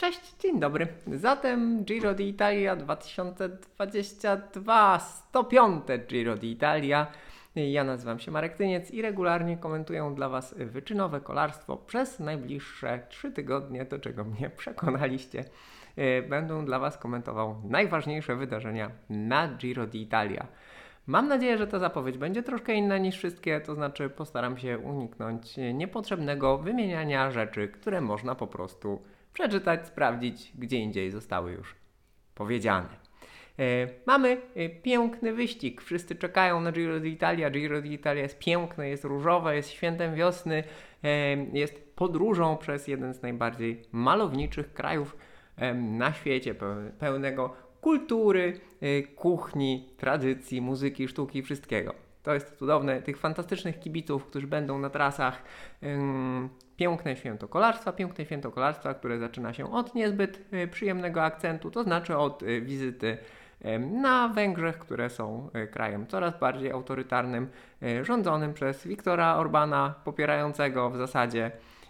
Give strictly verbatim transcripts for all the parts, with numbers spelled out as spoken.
Cześć, dzień dobry. Zatem Giro d'Italia dwa tysiące dwudziesty drugi, sto piąte Giro d'Italia. Ja nazywam się Marek Tyniec i regularnie komentuję dla Was wyczynowe kolarstwo przez najbliższe trzy tygodnie, do czego mnie przekonaliście. Będę dla Was komentował najważniejsze wydarzenia na Giro d'Italia. Mam nadzieję, że ta zapowiedź będzie troszkę inna niż wszystkie, to znaczy postaram się uniknąć niepotrzebnego wymieniania rzeczy, które można po prostu przeczytać, sprawdzić, gdzie indziej zostały już powiedziane. E, mamy e, piękny wyścig, wszyscy czekają na Giro d'Italia. Giro d'Italia jest piękne, jest różowe, jest świętem wiosny, e, jest podróżą przez jeden z najbardziej malowniczych krajów e, na świecie, pełnego kultury, e, kuchni, tradycji, muzyki, sztuki, wszystkiego. To jest cudowne, tych fantastycznych kibiców, którzy będą na trasach. Ym, piękne święto kolarstwa, piękne święto kolarstwa, które zaczyna się od niezbyt y, przyjemnego akcentu, to znaczy od y, wizyty y, na Węgrzech, które są y, krajem coraz bardziej autorytarnym, y, rządzonym przez Viktora Orbana, popierającego w zasadzie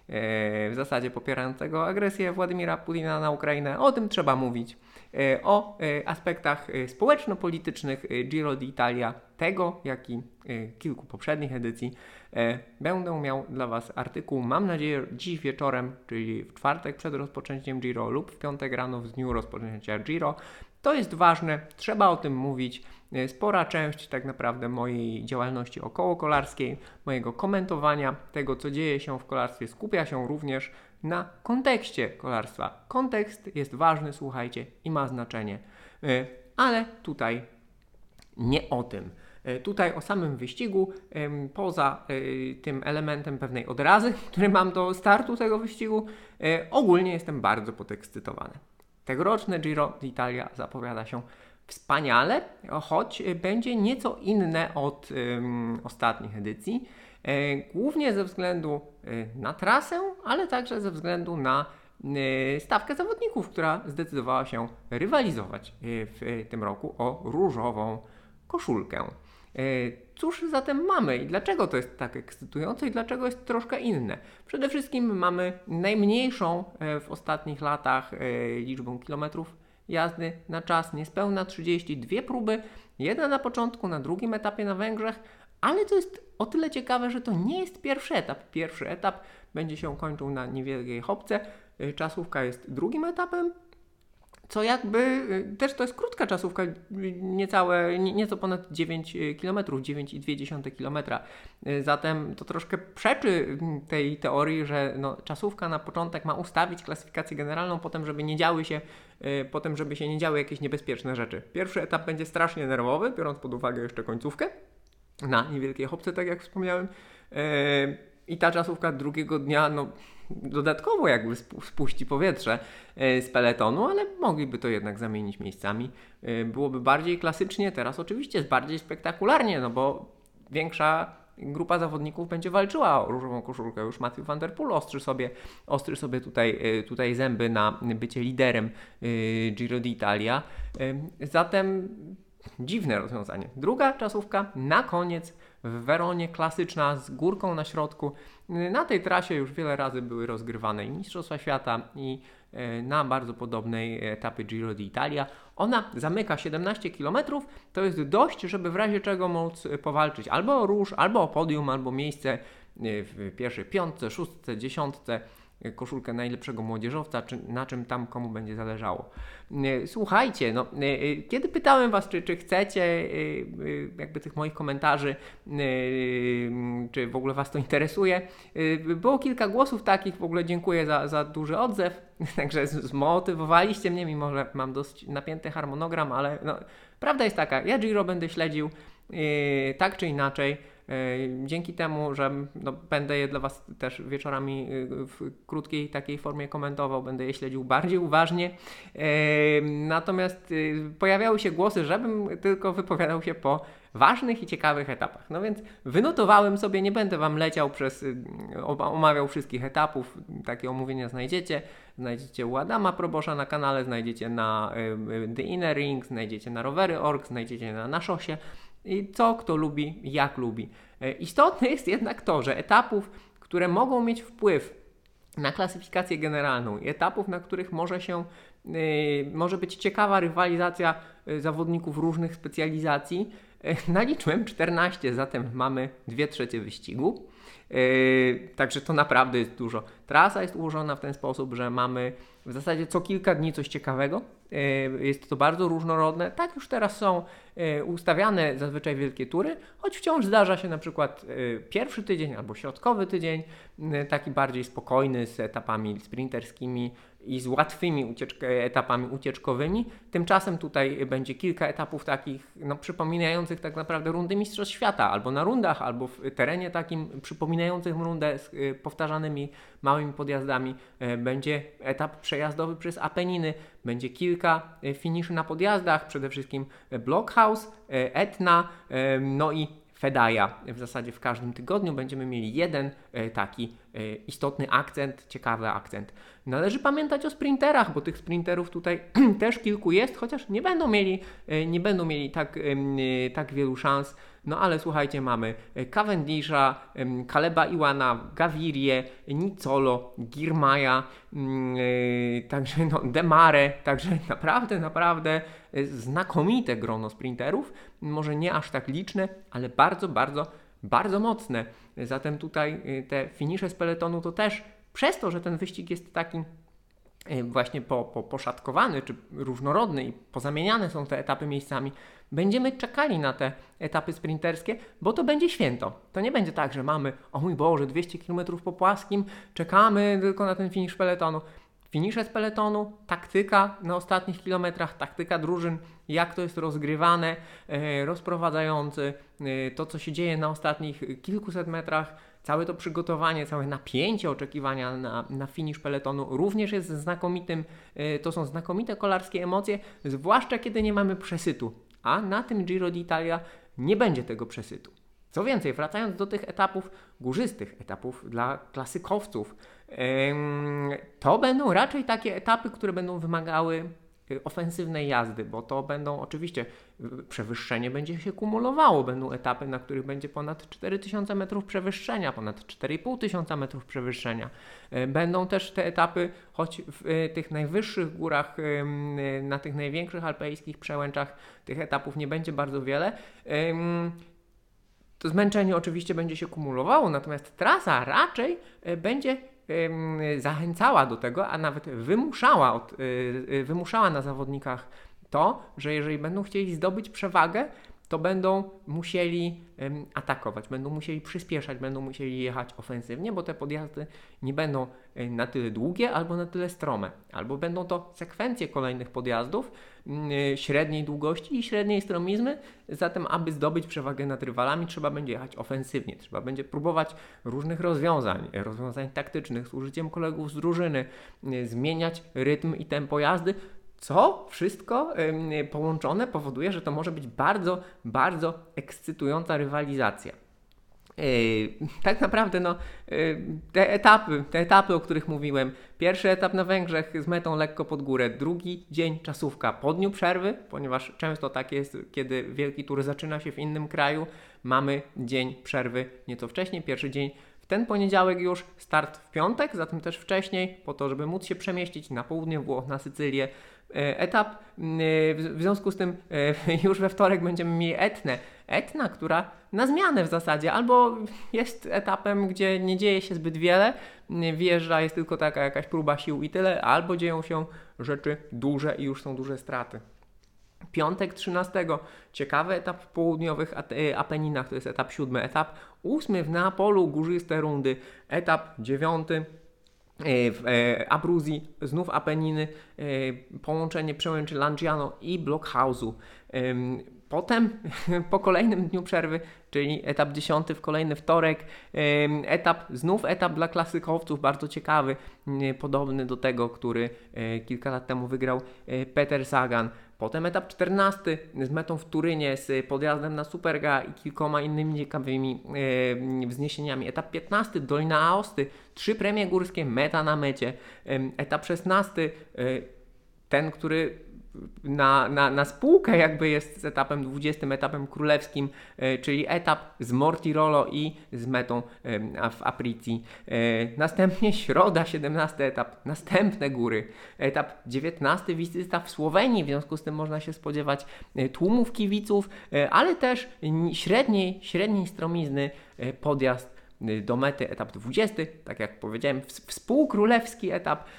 w zasadzie popierającego agresję Władimira Putina na Ukrainę. O tym trzeba mówić. O aspektach społeczno-politycznych Giro d'Italia, tego jak i kilku poprzednich edycji, będę miał dla Was artykuł, mam nadzieję, dziś wieczorem, czyli w czwartek przed rozpoczęciem Giro lub w piątek rano w dniu rozpoczęcia Giro. To jest ważne, trzeba o tym mówić. Spora część tak naprawdę mojej działalności okołokolarskiej, mojego komentowania tego, co dzieje się w kolarstwie, skupia się również na kontekście kolarstwa. Kontekst jest ważny, słuchajcie, i ma znaczenie. Ale tutaj nie o tym. Tutaj o samym wyścigu, poza tym elementem pewnej odrazy, który mam do startu tego wyścigu, ogólnie jestem bardzo podekscytowany. Tegoroczne Giro d'Italia zapowiada się wspaniale, choć będzie nieco inne od um, ostatnich edycji, e, głównie ze względu e, na trasę, ale także ze względu na e, stawkę zawodników, która zdecydowała się rywalizować e, w tym roku o różową koszulkę. E, cóż zatem mamy i dlaczego to jest tak ekscytujące i dlaczego jest troszkę inne? Przede wszystkim mamy najmniejszą e, w ostatnich latach e, liczbę kilometrów jazdy na czas, niespełna trzydzieści dwie próby, jedna na początku, na drugim etapie na Węgrzech, ale to jest o tyle ciekawe, że to nie jest pierwszy etap. Pierwszy etap będzie się kończył na Niewielkiej Chopce, czasówka jest drugim etapem, co jakby, też to jest krótka czasówka, niecałe, nieco ponad dziewięć kilometrów, dziewięć przecinek dwa kilometra. Zatem to troszkę przeczy tej teorii, że no, czasówka na początek ma ustawić klasyfikację generalną, potem żeby nie działy się, potem żeby się nie działy jakieś niebezpieczne rzeczy. Pierwszy etap będzie strasznie nerwowy, biorąc pod uwagę jeszcze końcówkę na Niewielkiej Chopce, tak jak wspomniałem. I ta czasówka drugiego dnia, no dodatkowo jakby spuści powietrze z peletonu, ale mogliby to jednak zamienić miejscami. Byłoby bardziej klasycznie, teraz oczywiście jest bardziej spektakularnie, no bo większa grupa zawodników będzie walczyła o różową koszulkę. Już Matthew van der Poel ostrzy sobie, ostrzy sobie tutaj, tutaj zęby na bycie liderem Giro d'Italia. Zatem dziwne rozwiązanie. Druga czasówka na koniec w Weronie, klasyczna, z górką na środku. Na tej trasie już wiele razy były rozgrywane i Mistrzostwa Świata i na bardzo podobnej etapie Giro d'Italia. Ona zamyka siedemnaście kilometrów, to jest dość, żeby w razie czego móc powalczyć albo o róż, albo o podium, albo miejsce w pierwszej piątce, szóstce, dziesiątce, koszulkę najlepszego młodzieżowca, czy na czym tam komu będzie zależało. Słuchajcie, no, kiedy pytałem Was, czy, czy chcecie jakby tych moich komentarzy, czy w ogóle Was to interesuje, było kilka głosów takich, w ogóle dziękuję za, za duży odzew, także zmotywowaliście mnie, mimo że mam dość napięty harmonogram, ale no, prawda jest taka, ja Giro będę śledził tak czy inaczej. Dzięki temu, że no, będę je dla Was też wieczorami w krótkiej takiej formie komentował, będę je śledził bardziej uważnie. Natomiast pojawiały się głosy, żebym tylko wypowiadał się po ważnych i ciekawych etapach. No więc wynotowałem sobie, nie będę Wam leciał przez, omawiał wszystkich etapów, takie omówienia znajdziecie. Znajdziecie u Adama Probosza na kanale, znajdziecie na The Inner Ring, znajdziecie na rowery kropka org, znajdziecie na Naszosie. I co kto lubi, jak lubi. Istotne jest jednak to, że etapów, które mogą mieć wpływ na klasyfikację generalną i etapów, na których może się yy, może być ciekawa rywalizacja yy, zawodników różnych specjalizacji, yy, naliczyłem czternaście, zatem mamy dwie trzecie wyścigu. Yy, także to naprawdę jest dużo. Trasa jest ułożona w ten sposób, że mamy w zasadzie co kilka dni coś ciekawego. Yy, jest to bardzo różnorodne. Tak już teraz są yy, ustawiane zazwyczaj wielkie tury, choć wciąż zdarza się na przykład yy, pierwszy tydzień albo środkowy tydzień, yy, taki bardziej spokojny z etapami sprinterskimi i z łatwymi ucieczk- etapami ucieczkowymi. Tymczasem tutaj będzie kilka etapów takich no, przypominających tak naprawdę rundy Mistrzostw Świata, albo na rundach, albo w terenie takim przypominających rundę z y, powtarzanymi małymi podjazdami. Y, będzie etap przejazdowy przez Apeniny, będzie kilka y, finiszy na podjazdach, przede wszystkim Blockhaus, y, Etna, y, no i Fedaja. W zasadzie w każdym tygodniu będziemy mieli jeden e, taki e, istotny akcent, ciekawy akcent. Należy pamiętać o sprinterach, bo tych sprinterów tutaj też kilku jest, chociaż nie będą mieli, e, nie będą mieli tak, e, tak wielu szans. No ale słuchajcie, mamy Cavendisha, e, Caleba Iwana, Gavirię, Nicolo, Girmaja, e, także no, Demare, także naprawdę, naprawdę znakomite grono sprinterów, może nie aż tak liczne, ale bardzo, bardzo, bardzo mocne. Zatem tutaj te finisze z peletonu to też przez to, że ten wyścig jest taki właśnie po, po, poszatkowany czy różnorodny i pozamieniane są te etapy miejscami, będziemy czekali na te etapy sprinterskie, bo to będzie święto. To nie będzie tak, że mamy, o mój Boże, dwieście kilometrów po płaskim, czekamy tylko na ten finisz peletonu. Finisze z peletonu, taktyka na ostatnich kilometrach, taktyka drużyn, jak to jest rozgrywane, e, rozprowadzający, e, to co się dzieje na ostatnich kilkuset metrach, całe to przygotowanie, całe napięcie oczekiwania na, na finisz peletonu również jest znakomitym, e, to są znakomite kolarskie emocje, zwłaszcza kiedy nie mamy przesytu, a na tym Giro d'Italia nie będzie tego przesytu. Co więcej, wracając do tych etapów górzystych, etapów dla klasykowców, to będą raczej takie etapy, które będą wymagały ofensywnej jazdy, bo to będą oczywiście, przewyższenie będzie się kumulowało, będą etapy, na których będzie ponad cztery tysiące metrów przewyższenia, ponad cztery i pół tysiąca metrów przewyższenia. Będą też te etapy, choć w tych najwyższych górach, na tych największych alpejskich przełęczach tych etapów nie będzie bardzo wiele. To zmęczenie oczywiście będzie się kumulowało, natomiast trasa raczej będzie zachęcała do tego, a nawet wymuszała, od, wymuszała na zawodnikach to, że jeżeli będą chcieli zdobyć przewagę, to będą musieli um, atakować, będą musieli przyspieszać, będą musieli jechać ofensywnie, bo te podjazdy nie będą um, na tyle długie albo na tyle strome, albo będą to sekwencje kolejnych podjazdów um, średniej długości i średniej stromizny, zatem aby zdobyć przewagę nad rywalami trzeba będzie jechać ofensywnie, trzeba będzie próbować różnych rozwiązań, rozwiązań taktycznych z użyciem kolegów z drużyny, um, zmieniać rytm i tempo jazdy, co wszystko y, połączone powoduje, że to może być bardzo, bardzo ekscytująca rywalizacja. Yy, tak naprawdę no, yy, te etapy, te etapy, o których mówiłem, pierwszy etap na Węgrzech z metą lekko pod górę, drugi dzień czasówka po dniu przerwy, ponieważ często tak jest, kiedy wielki tour zaczyna się w innym kraju, mamy dzień przerwy nieco wcześniej, pierwszy dzień w ten poniedziałek już, start w piątek, zatem też wcześniej, po to, żeby móc się przemieścić na południe Włoch, na Sycylię. Etap, w związku z tym już we wtorek będziemy mieli Etnę. Etna, która na zmianę w zasadzie, albo jest etapem, gdzie nie dzieje się zbyt wiele, wjeżdża, jest tylko taka jakaś próba sił i tyle, albo dzieją się rzeczy duże i już są duże straty. Piątek trzynastego, ciekawy etap w południowych Apeninach, to jest etap siódmy, etap ósmy w Neapolu, górzyste rundy, etap dziewiąty w Abruzji, znów Apeniny, połączenie przełęczy Langiano i Blockhausu. Potem po kolejnym dniu przerwy, czyli etap dziesiąty w kolejny wtorek, etap, znów etap dla klasykowców, bardzo ciekawy, podobny do tego, który kilka lat temu wygrał Peter Sagan. Potem etap czternasty z metą w Turynie, z podjazdem na Superga i kilkoma innymi ciekawymi e, wzniesieniami. Etap piętnasty, Dolina Aosty, trzy premie górskie, meta na mecie. E, etap szesnasty, e, ten, który na, na, na spółkę jakby jest z etapem dwudziestym, etapem królewskim, e, czyli etap z Mortirolo i z metą e, w Aprizi. E, następnie środa, siedemnasty etap, następne góry. Etap dziewiętnasty wizyta w Słowenii, w związku z tym można się spodziewać e, tłumów kibiców, e, ale też średniej, średniej stromizny e, podjazd do mety, etap dwudziesty, tak jak powiedziałem, współkrólewski etap e,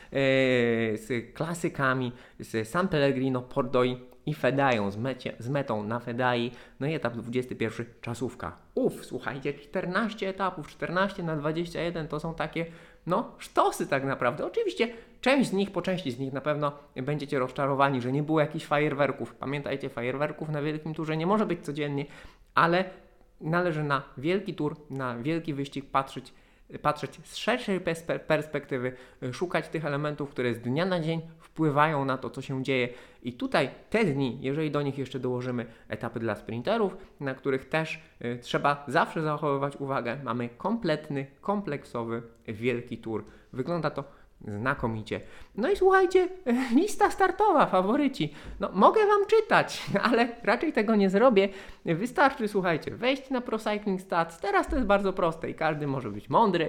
z klasykami, z San Pellegrino, Pordoi i Fedają, z, mecie, z metą na Fedai, no i etap dwudziesty pierwszy, czasówka. Uff, słuchajcie, czternaście etapów, czternaście na dwadzieścia jeden to są takie, no, sztosy tak naprawdę. Oczywiście część z nich, po części z nich na pewno będziecie rozczarowani, że nie było jakichś fajerwerków. Pamiętajcie, fajerwerków na Wielkim Turze nie może być codziennie, ale należy na wielki tur, na wielki wyścig patrzeć, patrzeć z szerszej perspektywy, szukać tych elementów, które z dnia na dzień wpływają na to, co się dzieje. I tutaj te dni, jeżeli do nich jeszcze dołożymy etapy dla sprinterów, na których też y, trzeba zawsze zachowywać uwagę, mamy kompletny, kompleksowy, wielki tur. Wygląda to znakomicie. No i słuchajcie, lista startowa, faworyci. No mogę wam czytać, ale raczej tego nie zrobię. Wystarczy, słuchajcie, wejść na Pro Cycling Stats. Teraz to jest bardzo proste i każdy może być mądry.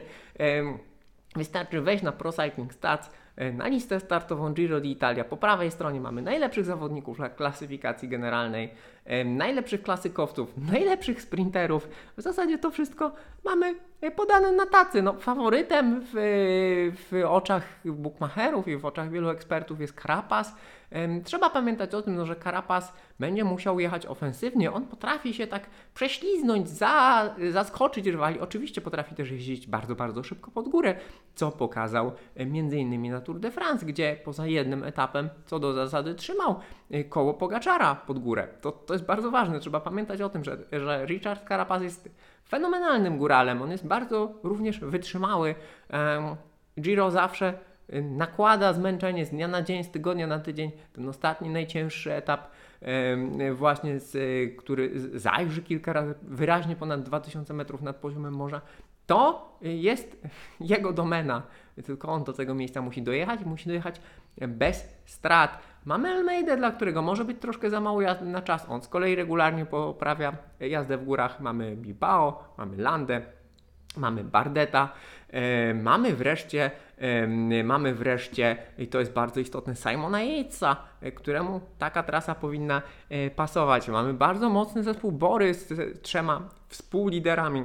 Wystarczy wejść na Pro Cycling Stats, na listę startową Giro d'Italia. Po prawej stronie mamy najlepszych zawodników dla klasyfikacji generalnej, najlepszych klasykowców, najlepszych sprinterów. W zasadzie to wszystko mamy podane na tacy. No, faworytem w, w oczach bookmacherów i w oczach wielu ekspertów jest Carapaz. Trzeba pamiętać o tym, no, że Carapaz będzie musiał jechać ofensywnie. On potrafi się tak prześliznąć, za, zaskoczyć rywali. Oczywiście potrafi też jeździć bardzo, bardzo szybko pod górę, co pokazał między innymi na Tour de France, gdzie poza jednym etapem, co do zasady, trzymał koło Pogaczara pod górę. To, to jest bardzo ważne. Trzeba pamiętać o tym, że, że Richard Carapaz jest fenomenalnym góralem. On jest bardzo również wytrzymały. Giro zawsze nakłada zmęczenie z dnia na dzień, z tygodnia na tydzień. Ten ostatni, najcięższy etap, właśnie z, który zajrzy kilka razy, wyraźnie ponad dwa tysiące metrów nad poziomem morza, to jest jego domena. Tylko on do tego miejsca musi dojechać i musi dojechać bez strat. Mamy Almeidę, dla którego może być troszkę za mało jazdy na czas. On z kolei regularnie poprawia jazdę w górach. Mamy Bilbao, mamy Landę, mamy Bardeta, e, mamy wreszcie, e, mamy wreszcie, i to jest bardzo istotne, Simona Yatesa, e, któremu taka trasa powinna e, pasować. Mamy bardzo mocny zespół Bory z, z trzema współliderami,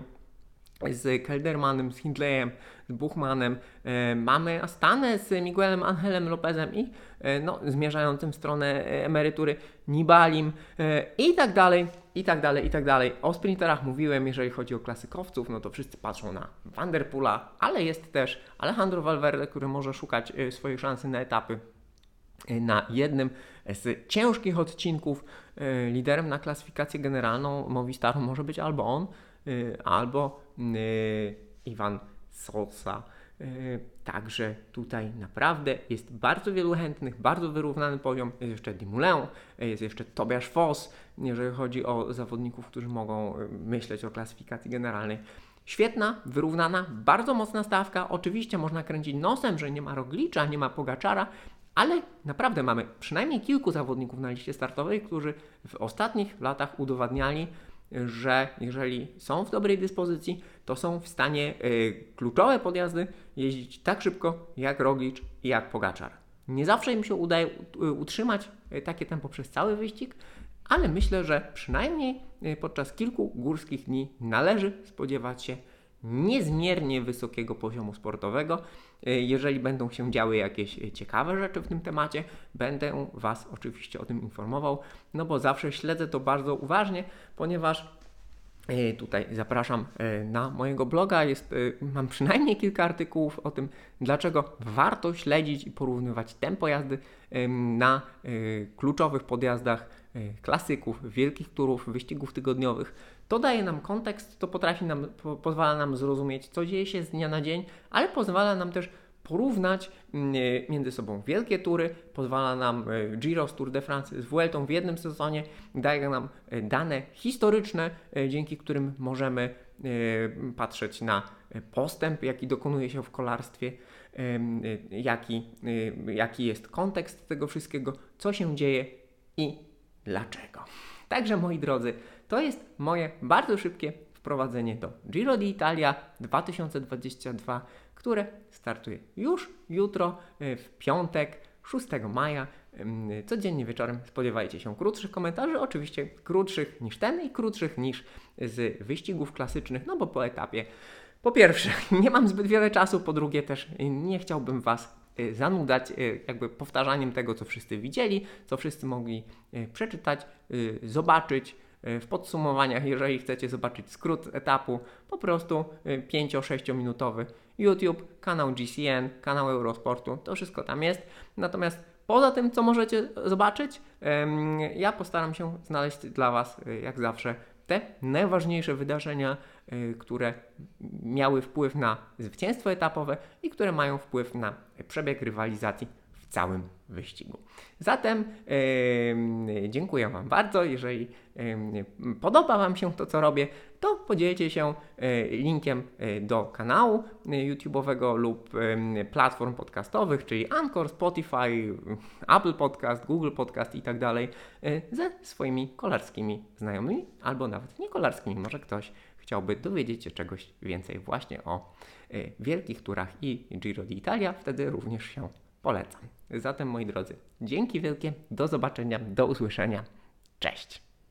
z Keldermanem, z Hindleyem, z Buchmanem. E, mamy Astanę z Miguelem Angelem Lopezem i e, no, zmierzającym w stronę emerytury Nibalim e, i tak dalej, i tak dalej, i tak dalej. O sprinterach mówiłem, jeżeli chodzi o klasykowców, no to wszyscy patrzą na Van der Poola, ale jest też Alejandro Valverde, który może szukać e, swojej szansy na etapy. E, na jednym z ciężkich odcinków e, liderem na klasyfikację generalną Movistaru może być albo on, albo y, Iwan Sosa. Y, także tutaj naprawdę jest bardzo wielu chętnych, bardzo wyrównany poziom. Jest jeszcze Dumoulin, jest jeszcze Tobias Foss, jeżeli chodzi o zawodników, którzy mogą myśleć o klasyfikacji generalnej. Świetna, wyrównana, bardzo mocna stawka. Oczywiście można kręcić nosem, że nie ma Roglicza, nie ma Pogaczara, ale naprawdę mamy przynajmniej kilku zawodników na liście startowej, którzy w ostatnich latach udowadniali, że jeżeli są w dobrej dyspozycji, to są w stanie y, kluczowe podjazdy jeździć tak szybko jak Roglic i jak Pogaczar. Nie zawsze im się udaje utrzymać y, takie tempo przez cały wyścig, ale myślę, że przynajmniej y, podczas kilku górskich dni należy spodziewać się niezmiernie wysokiego poziomu sportowego. Jeżeli będą się działy jakieś ciekawe rzeczy w tym temacie, będę Was oczywiście o tym informował, no bo zawsze śledzę to bardzo uważnie, ponieważ tutaj zapraszam na mojego bloga, jest, mam przynajmniej kilka artykułów o tym, dlaczego warto śledzić i porównywać tempo jazdy na kluczowych podjazdach klasyków, wielkich turów, wyścigów tygodniowych. To daje nam kontekst, to potrafi nam, po, pozwala nam zrozumieć, co dzieje się z dnia na dzień, ale pozwala nam też porównać y, między sobą wielkie tury, pozwala nam y, Giro z Tour de France z Vueltą w jednym sezonie, daje nam y, dane historyczne, y, dzięki którym możemy patrzeć na postęp, jaki dokonuje się w kolarstwie, jaki, jaki jest kontekst tego wszystkiego, co się dzieje i dlaczego. Także moi drodzy, to jest moje bardzo szybkie wprowadzenie do Giro d'Italia dwa tysiące dwudziestego drugiego, które startuje już jutro, w piątek, szóstego maja. Codziennie wieczorem spodziewajcie się krótszych komentarzy, oczywiście krótszych niż ten i krótszych niż z wyścigów klasycznych, no bo po etapie po pierwsze nie mam zbyt wiele czasu, po drugie też nie chciałbym Was zanudzać jakby powtarzaniem tego, co wszyscy widzieli, co wszyscy mogli przeczytać, zobaczyć w podsumowaniach. Jeżeli chcecie zobaczyć skrót etapu, po prostu pięcio-sześciominutowy minutowy YouTube, kanał G C N, kanał Eurosportu, to wszystko tam jest. Natomiast poza tym, co możecie zobaczyć, ja postaram się znaleźć dla Was, jak zawsze, te najważniejsze wydarzenia, które miały wpływ na zwycięstwo etapowe i które mają wpływ na przebieg rywalizacji w całym wyścigu. Zatem yy, dziękuję Wam bardzo. Jeżeli yy, podoba Wam się to, co robię, to podzielcie się yy, linkiem yy, do kanału yy, YouTube'owego lub yy, platform podcastowych, czyli Anchor, Spotify, yy, Apple Podcast, Google Podcast i tak dalej, yy, ze swoimi kolarskimi znajomymi, albo nawet niekolarskimi. Może ktoś chciałby dowiedzieć się czegoś więcej właśnie o yy, wielkich turach i Giro d'Italia, wtedy również się polecam. Zatem moi drodzy, dzięki wielkie, do zobaczenia, do usłyszenia, cześć!